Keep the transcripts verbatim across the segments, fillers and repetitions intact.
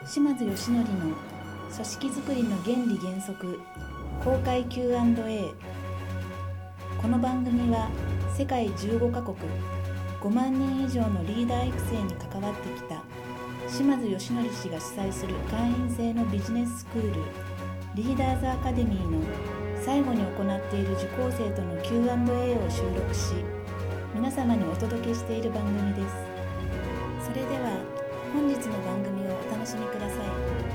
島津義則の組織づくりの原理原則公開 キューアンドエー。 この番組は世界じゅうごカ国ごまんにん以上のリーダー育成に関わってきた島津義則氏が主催する会員制のビジネススクールリーダーズアカデミーの最後に行っている受講生との キューアンドエー を収録し、皆様にお届けしている番組です。それでは本日の番組をお楽しみくださ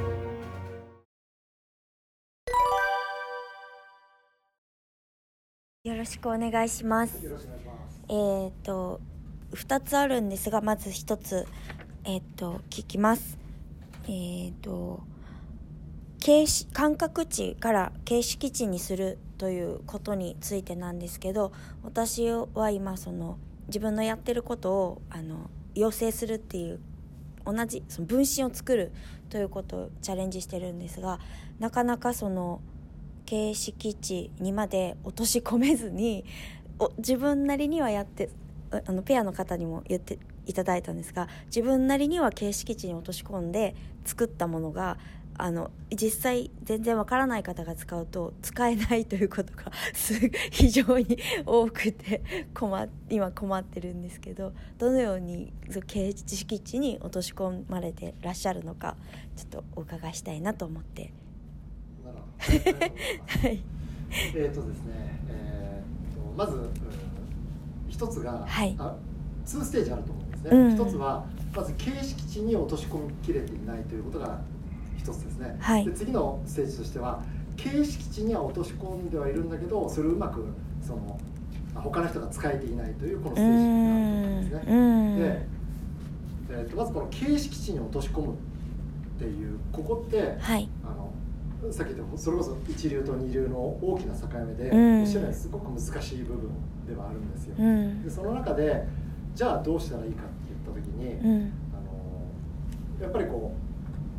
い。よろしくお願いします。えーとふたつあるんですが、まずひとつ、えーと聞きます。えーと形式感覚値から形式値にするということについてなんですけど、私は今その自分のやってることをあの要請するっていう同じその分身を作るということをチャレンジしてるんですが、なかなかその形式値にまで落とし込めずにお自分なりにはやってあのペアの方にも言っていただいたんですが、自分なりには形式値に落とし込んで作ったものがあの実際全然わからない方が使うと使えないということが非常に多くて困今困ってるんですけど、どのように形式値に落とし込まれてらっしゃるのかちょっとお伺いしたいなと思って。 なるほど。はい。えっとですね、えー、とまず一つが、 はい、 あツーステージあると思うんですね。 うん、 一つはまず形式値に落とし込みきれていないということが一つですね、 はい、 で次のステージとしては形式値には落とし込んではいるんだけど、それをうまくその他の人が使えていないというこのステージがあると思うんですね。で、えー、とまずこの形式値に落とし込むっていうここって、 はい、 あのさっき言ったそれこそ一流と二流の大きな境目で、 うん、 おっしゃるようにすごく難しい部分ではあるんですよ、 うん、でその中でじゃあどうしたらいいかって言った時に、うん、あのやっぱりこう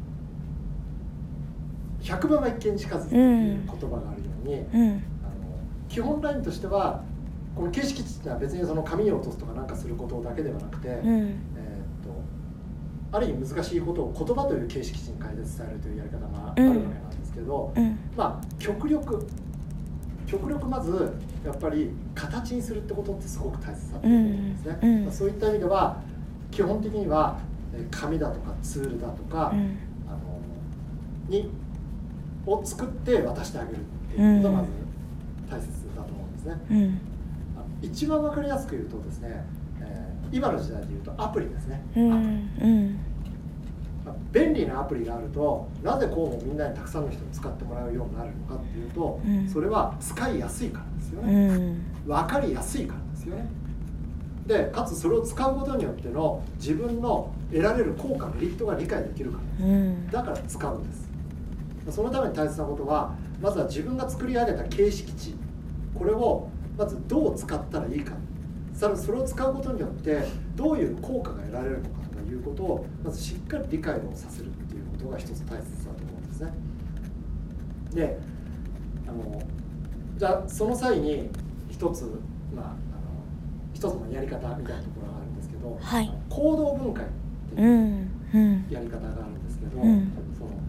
百聞は一見にしかずっていう言葉があるように、うん、あの基本ラインとしてはこの形式値っていうのは別にその紙に落とすとかなんかすることだけではなくて、うん、えー、っとある意味難しいことを言葉という形式値に変えて伝えるというやり方があるわけなんですけど、うん、まあ極力極力まずやっぱり形にするってことってすごく大切だと思うんですね、うんうん、そういった意味では基本的には紙だとかツールだとか、うん、あのにを作って渡してあげるっていうことがまず大切だと思うんですね、うん、一番わかりやすく言うとですね、えー、今の時代で言うとアプリですね、うん、アプリ、うんまあ、便利なアプリがあるとなぜこうもみんなにたくさんの人に使ってもらうようになるのかっていうと、うん、それは使いやすいからですよね、うん、分かりやすいからですよね。でかつそれを使うことによっての自分の得られる効果メリットが理解できるからです、うん、だから使うんです。そのために大切なことはまずは自分が作り上げた形式値、これをまずどう使ったらいいか、さらにそれを使うことによってどういう効果が得られるのかということをまずしっかり理解をさせるっていうことが一つ大切だと思うんですね。で、あのじゃあその際に一つ、まあ、あの一つのやり方みたいなところがあるんですけど、はい、行動分解っていうやり方があるんですけど、うんうん、その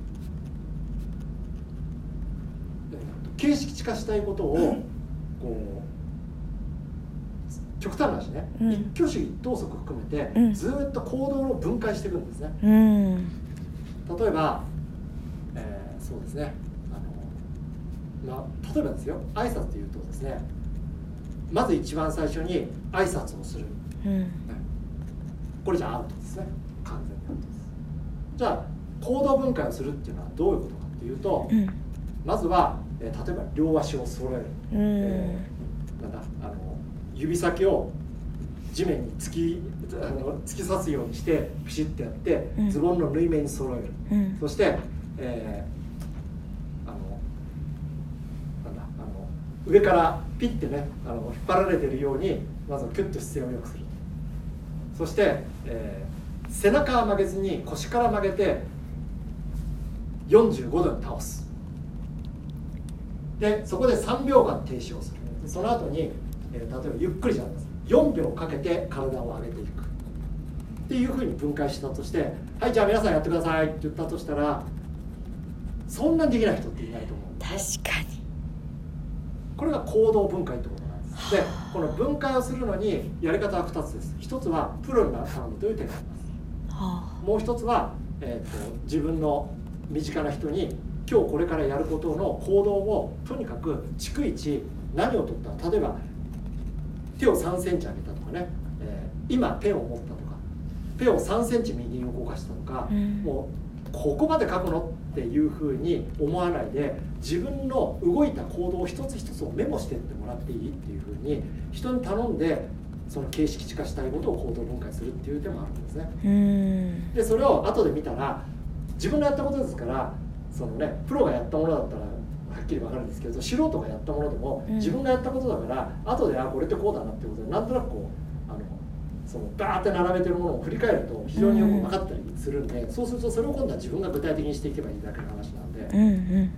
形式値化したいことをこう極端な話ね、うん、一挙手一投足含めて、うん、ずっと行動を分解していくんですね、うん、例えば、えー、そうですねあの、まあ、例えばですよ挨拶というとですね、まず一番最初に挨拶をする、うん、これじゃアウトですね、完全にアウトです。じゃあ行動分解をするっていうのはどういうことかっていうと、うん、まずはえー、例えば両足を揃える、えー、なんだあの指先を地面に突き、あの突き刺すようにしてピシッとやって、うん、ズボンの縫い目に揃える、うん、そして、えー、あのなんだあの上からピッてねあの引っ張られてるようにまずはキュッと姿勢を良くする。そして、えー、背中は曲げずに腰から曲げてよんじゅうごどに倒す。でそこでさんびょうかん停止をする。その後に、えー、例えばゆっくりじゃないですよんびょうかけて体を上げていく。 っていうふうに分解したとして、はいじゃあ皆さんやってくださいって言ったとしたら、そんなにできない人っていないと思うんですね。 確かに。 これが行動分解ってことなんです。でこの分解をするのにやり方はふたつです。ひとつはプロに頼むという手があります。もう一つは、えー、と自分の身近な人に今日これからやることの行動をとにかく逐一何を取った、例えば手をさんセンチ上げたとかね、えー、今ペンを持ったとか、ペンをさんセンチ右に動かしたとか、うん、もうここまで書くのっていうふうに思わないで、自分の動いた行動を一つ一つをメモしていってもらっていいっていうふうに人に頼んで、その形式値化したいことを行動分解するっていう手もあるんですね。うんでそれを後で見たら自分のやったことですから、そのねプロがやったものだったらはっきり分かるんですけど、素人がやったものでも自分がやったことだから、うん、後であこれってこうだなってことでなんとなくこうあのそのバーって並べてるものを振り返ると非常によく分かったりするんで、うん、そうするとそれを今度は自分が具体的にしていけばいいだけの話なんで、うんうん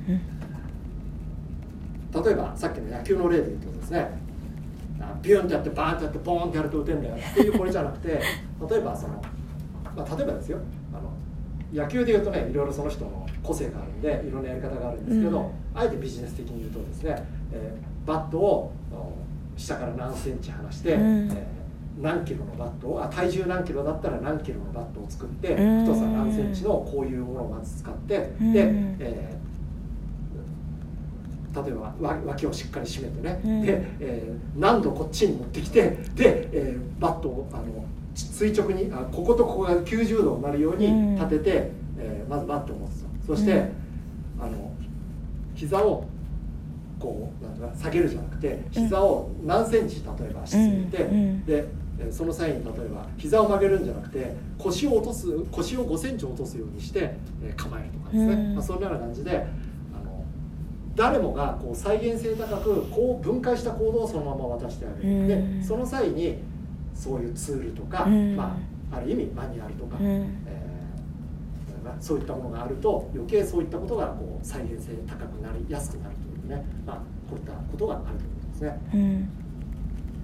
うん、例えばさっきの野球の例で言うとですね、ビューンってやってバーンってやってボーンってやると打てんだよっていうこれじゃなくて、例えばその、まあ、例えばですよ、あの野球で言うとねいろいろその人の個性があるんでいろんなやり方があるんですけど、うん、あえてビジネス的に言うとですね、えー、バットを下から何センチ離して、うん、えー、何キロのバットをあ体重何キロだったら何キロのバットを作って、うん、太さ何センチのこういうものをまず使って、うん、で、えー例えば脇をしっかり締めてね、うん、で、えー、何度こっちに持ってきて、で、えー、バットをあの垂直にあこことここがきゅうじゅうどになるように立てて、うん、えー、まずバットを持つと、そして、うん、あの膝をこうなんていうか下げるじゃなくて膝を何センチ例えば沈めて、うん、でその際に例えば膝を曲げるんじゃなくて腰を落とす腰をごセンチ落とすようにして構えるとかですね、うん、まあ、そんなような感じで誰もがこう再現性高くこう分解した行動をそのまま渡してあげる、うん、でその際にそういうツールとか、うん、まあ、ある意味マニュアルとか、うん、えー、そういったものがあると余計そういったことがこう再現性高くなりやすくなるというね、まあ、こういったことがあるということですね、うん、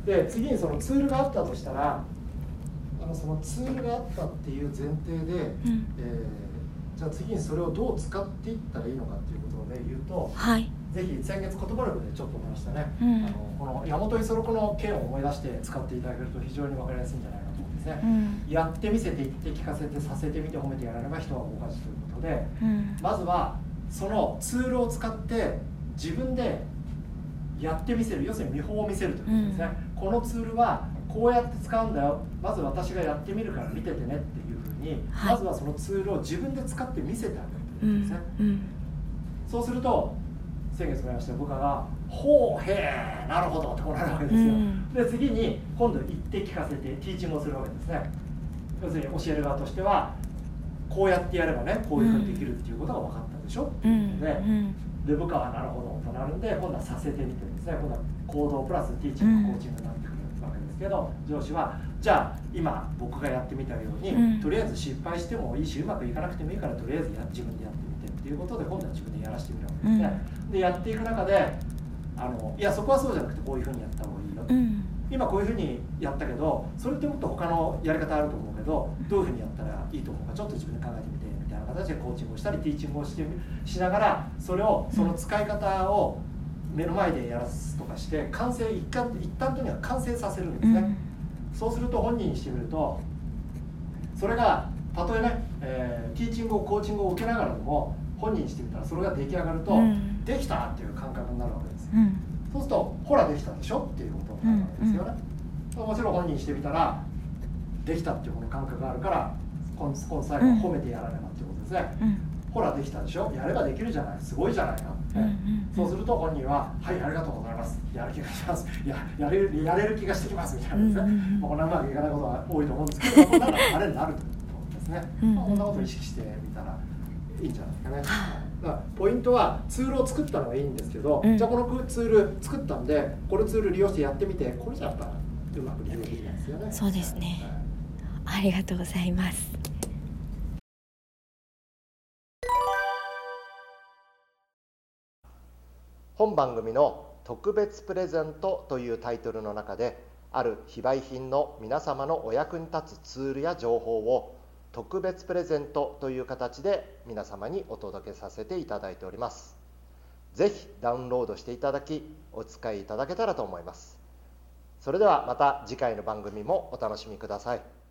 で次にそのツールがあったとしたらあのそのツールがあったっていう前提で、うん、えー、じゃあ次にそれをどう使っていったらいいのかっていうことで言うと、はい、ぜひ先月言葉力でちょっと話したね、うん、あのこの山本五十六の件を思い出して使っていただけると非常に分かりやすいんじゃないかと思うんですね、うん、やってみせて言って聞かせてさせてみて褒めてやられば人は動かずということで、うん、まずはそのツールを使って自分でやってみせる、要するに見本を見せるということですね、うん、このツールはこうやって使うんだよ、まず私がやってみるから見ててねっていうふうに、はい、まずはそのツールを自分で使って見せてあげるということですね、うんうん、そうすると先月もやりました部下がほうへーなるほどってこうなるわけですよ、うん、で次に今度言って聞かせてティーチングをするわけですね。要するに教える側としてはこうやってやればねこういうふうにできるっていうことが分かったでしょっていうことで、うんうん、で部下はなるほどとなるんで今度はさせてみてですね、今度は行動プラスティーチングコーチングになってくるわけですけど、上司はじゃあ今僕がやってみたように、うん、とりあえず失敗してもいいしうまくいかなくてもいいからとりあえずや自分でやってみてっていうことで今度は自分でやらせてみるわけですね、うん、でやっていく中であのいやそこはそうじゃなくてこういうふうにやった方がいいよ、うん、今こういうふうにやったけどそれってもっと他のやり方あると思うけどどういうふうにやったらいいと思うかちょっと自分で考えてみてみたいな形でコーチングをしたりティーチングをしてしながらそれをその使い方を目の前でやらすとかして完成一旦一旦とには完成させるんですね、うん、そうすると本人にしてみるとそれがたとえね、えー、ティーチングをコーチングを受けながらでも本人にしてみたらそれが出来上がると、うん、できたっていう感覚になるわけです、うん、そうするとほらできたでしょっていうことになるわけですよね、うんうん、もちろん本人にしてみたらできたっていうこの感覚があるからこの最後は褒めてやらねばっていうことですね、うん、ほらできたでしょやればできるじゃないすごいじゃないかって、うんうんうん、そうすると本人ははいありがとうございますやる気がしますや や, れるやれる気がしてきますみたいなですね、うんうんうん、まあ、こんなうまくいかないことが多いと思うんですけどこんなのあれになるということですね、うんうん、まあ、こんなことを意識してみたらいいんじゃないですかね、だからポイントはツールを作ったのがいいんですけど、うん、じゃあこのツール作ったんでこのツール利用してやってみてこれじゃやっぱうまく利用できないですよね。 そうですね、はい、ありがとうございます。 本番組の特別プレゼントというタイトルの中である非売品の皆様のお役に立つツールや情報を特別プレゼントという形で皆様にお届けさせていただいております。ぜひダウンロードしていただき、お使いいただけたらと思います。それではまた次回の番組もお楽しみください。